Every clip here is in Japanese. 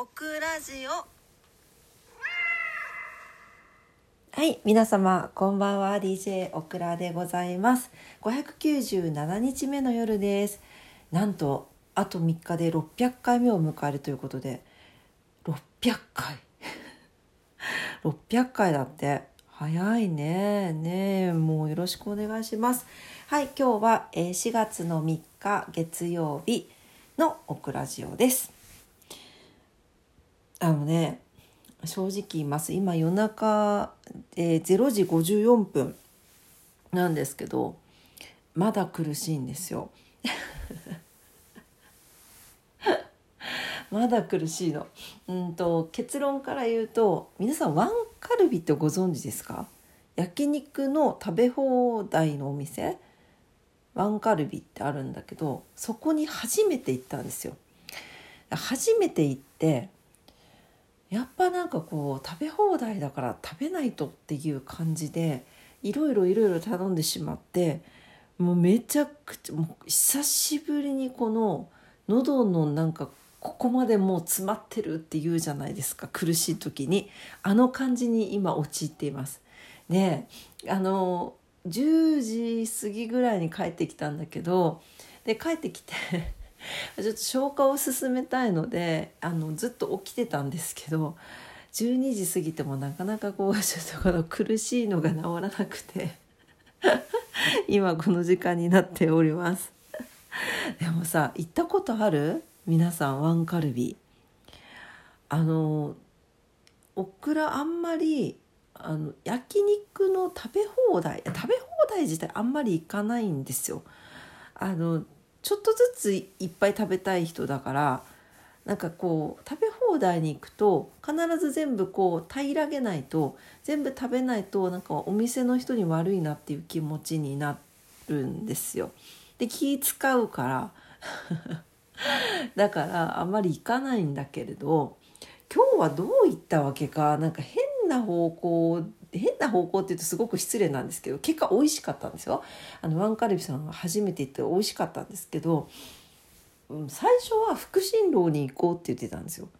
オクラジオ。 はい、皆様こんばんは。 DJ オクラでございます。597日目の夜です。なんとあと3日で600回目を迎えるということで、600回600回だって。早いね。ねえ、もうよろしくお願いします。はい、今日は4月の3日月曜日のオクラジオです。正直言います。今夜中、0時54分なんですけど、まだ苦しいんですよ。まだ苦しいの。結論から言うと、皆さんワンカルビってご存知ですか？焼肉の食べ放題のお店、ワンカルビってあるんだけど、そこに初めて行ったんですよ。初めて行って、やっぱ食べ放題だから食べないとっていう感じでいろいろ頼んでしまって、もうめちゃくちゃ、もう久しぶりにこの喉のここまでもう詰まってるっていうじゃないですか、苦しい時に。あの感じに今陥っています。で、10時過ぎぐらいに帰ってきたんだけど、で帰ってきてちょっと消化を進めたいのでずっと起きてたんですけど、12時過ぎてもなかなかちょっとこの苦しいのが治らなくて今この時間になっております。でもさ、行ったことある？皆さんワンカルビ。オクラあんまり焼肉の食べ放題自体あんまり行かないんですよ。ちょっとずついっぱい食べたい人だから、食べ放題に行くと必ず全部平らげないと、全部食べないとお店の人に悪いなっていう気持ちになるんですよ。で、気使うからだからあんまり行かないんだけれど、今日はどういったわけか、変な方向って言うとすごく失礼なんですけど、結果美味しかったんですよ。ワンカルビさんが初めて行って美味しかったんですけど、最初は福新楼に行こうって言ってたんですよ。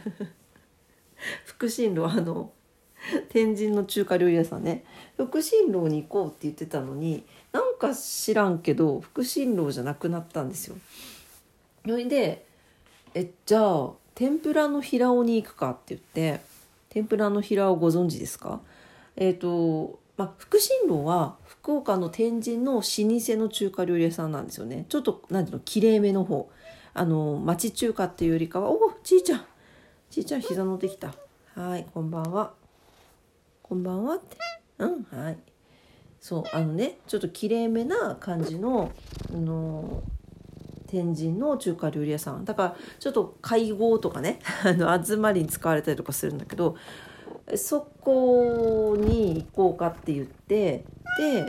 福新楼、天神の中華料理屋さんね、福新楼に行こうって言ってたのに、なんか知らんけど福新楼じゃなくなったんですよ。それでじゃあ天ぷらの平尾に行くかって言って、天ぷらの平尾ご存知ですか？福新楼は福岡の天神の老舗の中華料理屋さんなんですよね。ちょっときれいめの方、町中華っていうよりかは、ちいちゃん膝乗ってきた。はい、こんばんはって、はい、そうちょっときれいめな感じの天神の中華料理屋さんだから、ちょっと会合とかね集まりに使われたりとかするんだけど、そこに行こうかって言って、で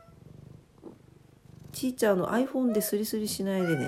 ちーちゃんの iPhone でスリスリしないでね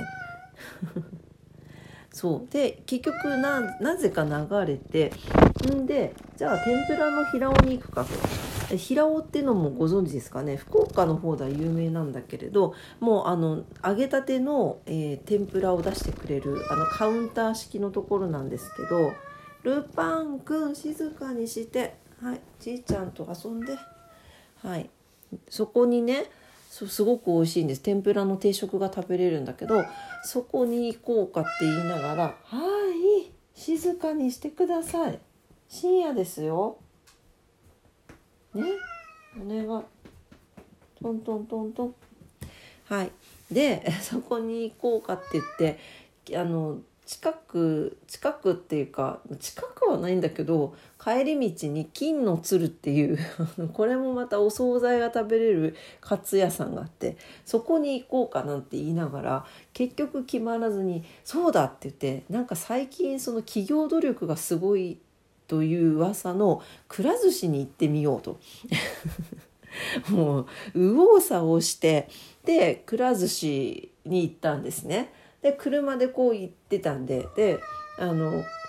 そうで、結局なぜか流れて、でじゃあ天ぷらの平尾に行くかと。平尾っていうのもご存知ですかね。福岡の方では有名なんだけれど、もう揚げたての、天ぷらを出してくれるカウンター式のところなんですけど、ルパンくん静かにして、はい、ちいちゃんと遊んで、はい、そこにね、すごく美味しいんです。天ぷらの定食が食べれるんだけど、そこに行こうかって言いながら、はい、静かにしてください、深夜ですよね、お願い、トントントントン。はい、でそこに行こうかって言って、近くっていうか、近くはないんだけど、帰り道に金の鶴っていうこれもまたお惣菜が食べれるカツ屋さんがあって、そこに行こうかなんて言いながら結局決まらずに、そうだって言って、最近その企業努力がすごいという噂のくら寿司に行ってみようともう右往左往して、でくら寿司に行ったんですね。で車で行ってたんで、はい、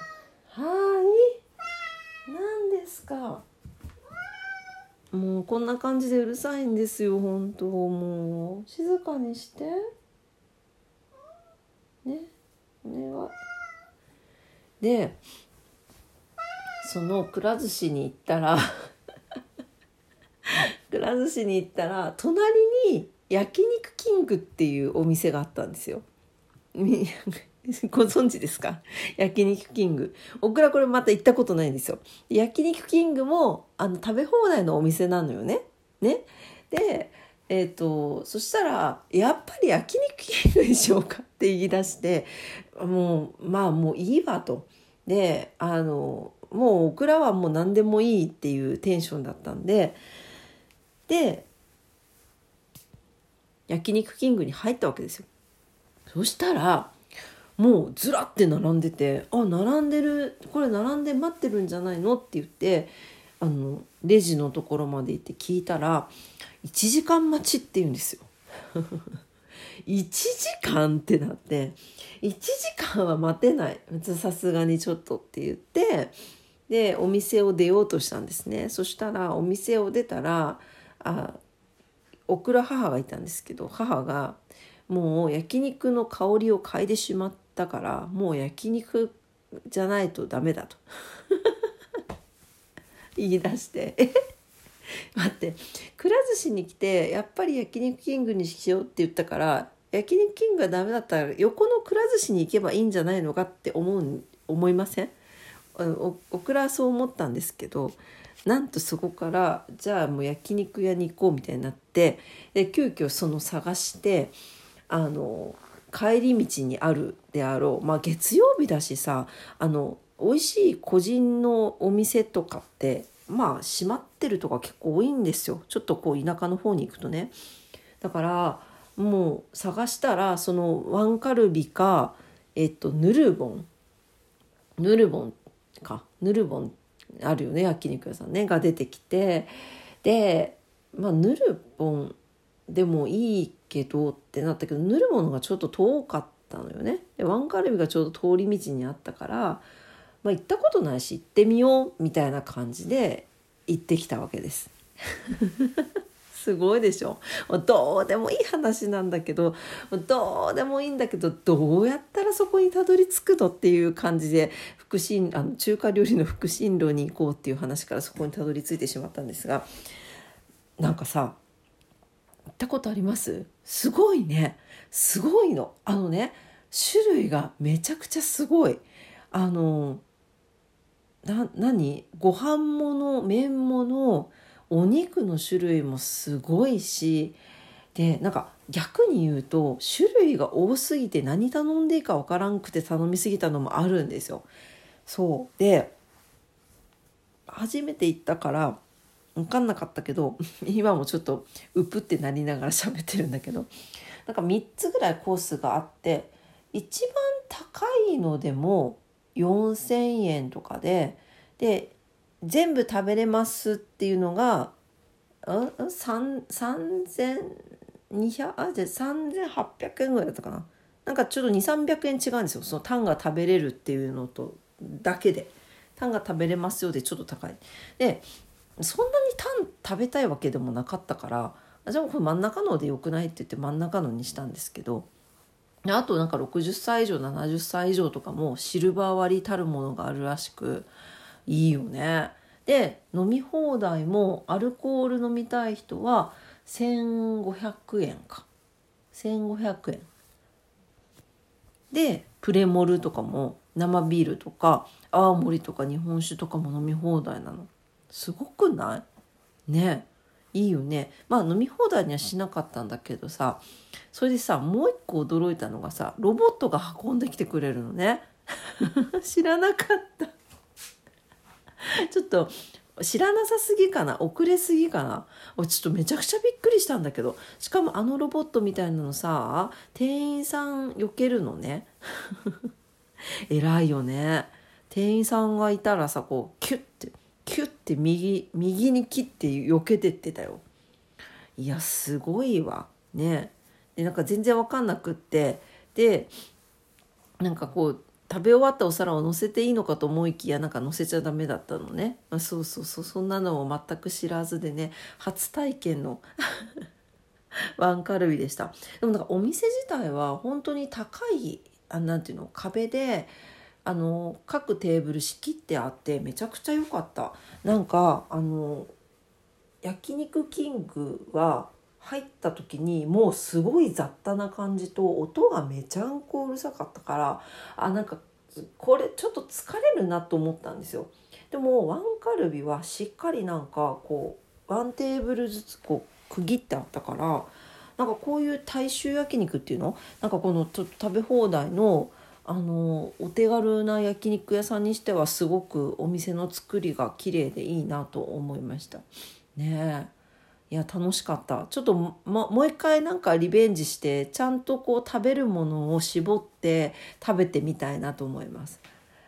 何ですか、もうこんな感じでうるさいんですよ、本当。もう静かにしてね、お願い。でそのくら寿司に行ったら隣に焼肉キングっていうお店があったんですよ。ご存知ですか？焼肉キング。僕らこれまた行ったことないんですよ。焼肉キングも食べ放題のお店なのよね。で、そしたらやっぱり焼肉キングにしようかって言い出して、もういいわと。でもうオクラはもう何でもいいっていうテンションだったんで焼肉キングに入ったわけですよ。そしたらもうずらって並んでて、並んでる、これ並んで待ってるんじゃないのって言ってレジのところまで行って聞いたら1時間待ちって言うんですよ。1時間ってなって、1時間は待てない、さすがにちょっとって言って、でお店を出ようとしたんですね。そしたらお店を出たらオクラ母がいたんですけど、母がもう焼肉の香りを嗅いでしまったから、もう焼肉じゃないとダメだと言い出して待って、くら寿司に来てやっぱり焼肉キングにしようって言ったから、焼肉キングがダメだったら横のくら寿司に行けばいいんじゃないのかって思いません？オクラはそう思ったんですけど、なんとそこからじゃあもう焼肉屋に行こうみたいになって、で急遽その探して帰り道にあるであろう、月曜日だしさ美味しい個人のお店とかって閉まってるとか結構多いんですよ。ちょっと田舎の方に行くとね。だからもう探したらそのワンカルビかヌルボンあるよね、焼肉屋さんねが出てきて、でヌルボンでもいいけどってなったけど、ヌルボンのがちょっと遠かったのよね。でワンカルビがちょうど通り道にあったから、行ったことないし行ってみようみたいな感じで行ってきたわけですすごいでしょ。どうでもいい話なんだけど、どうでもいいんだけど、どうやったらそこにたどり着くのっていう感じで中華料理の福神路に行こうっていう話からそこにたどり着いてしまったんですが、なんかさ、行ったことあります？すごいね。すごいの。種類がめちゃくちゃすごい。ご飯物、麺物、お肉の種類もすごいし、で逆に言うと種類が多すぎて何頼んでいいか分からんくて頼みすぎたのもあるんですよ。そうで初めて行ったから分かんなかったけど今もちょっとうぷってなりながら喋ってるんだけど、3つぐらいコースがあって、一番高いのでも4000円とかで全部食べれますっていうのが3800円ぐらいだったかな。ちょっと200-300円違うんですよ。そのタンが食べれるっていうのとだけで、タンが食べれますよでちょっと高い。でそんなにタン食べたいわけでもなかったから、じゃあこれ真ん中のでよくないって言って真ん中のにしたんですけど、あと60歳以上70歳以上とかもシルバー割りたるものがあるらしく、いいよね。で飲み放題もアルコール飲みたい人は1500円か、1500円でプレモルとかも生ビールとか青森とか日本酒とかも飲み放題なの。すごくないね。いいよね。飲み放題にはしなかったんだけどさ、それでさもう一個驚いたのがさ、ロボットが運んできてくれるのね知らなかったちょっと知らなさすぎかな、遅れすぎかな。ちょっとめちゃくちゃびっくりしたんだけど、しかもロボットみたいなのさ、店員さん避けるのね偉いよね。店員さんがいたらさキュッて右に切って避けてってたよ。いやすごいわね。で全然わかんなくって、で食べ終わったお皿を乗せていいのかと思いきや乗せちゃダメだったのね。そうそんなのを全く知らずでね、初体験のワンカルビでした。でもお店自体は本当に高いなんていうの、壁で各テーブル仕切ってあってめちゃくちゃ良かった。なんか焼肉キングは入った時にもうすごい雑多な感じと音がめちゃんこうるさかったから、なんかこれちょっと疲れるなと思ったんですよ。でもワンカルビはしっかりなんかこうワンテーブルずつこう区切ってあったから、なんかこういう大衆焼肉っていうの、なんかこの食べ放題のお手軽な焼肉屋さんにしてはすごくお店の作りが綺麗でいいなと思いましたね。いや楽しかった。ちょっともう一回なんかリベンジしてちゃんとこう食べるものを絞って食べてみたいなと思います。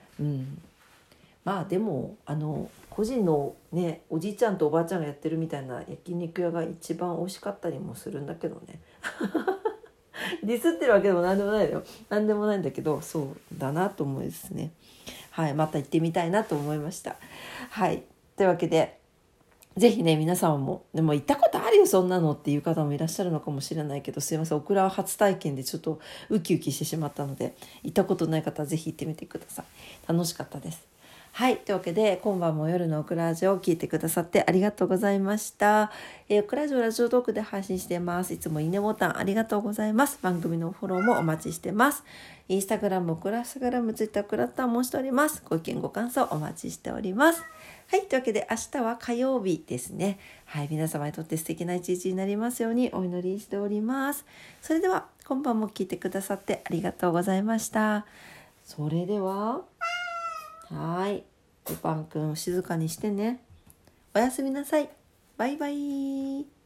まあでも個人のねおじいちゃんとおばあちゃんがやってるみたいな焼肉屋が一番美味しかったりもするんだけどねディスってるわけでも何でもないよ。何でもないんだけど、そうだなと思いですね。はい、また行ってみたいなと思いました。はい、というわけでぜひね皆様も、でも行ったことあるよそんなのっていう方もいらっしゃるのかもしれないけど、すいません、オクラは初体験でちょっとウキウキしてしまったので、行ったことない方はぜひ行ってみてください。楽しかったです。はい、というわけで今晩も夜のオクラジオを聞いてくださってありがとうございました。オクラジオラジオトークで配信してます。いつもいいねボタンありがとうございます。番組のフォローもお待ちしてます。インスタグラム、オクラスタグラム、ツイッター、オクラッターもしております。ご意見ご感想お待ちしております。はい、というわけで明日は火曜日ですね。はい、皆様にとって素敵な一日になりますようにお祈りしております。それでは今晩も聞いてくださってありがとうございました。それでははい、ルパンくん静かにしてね。おやすみなさい。バイバイ。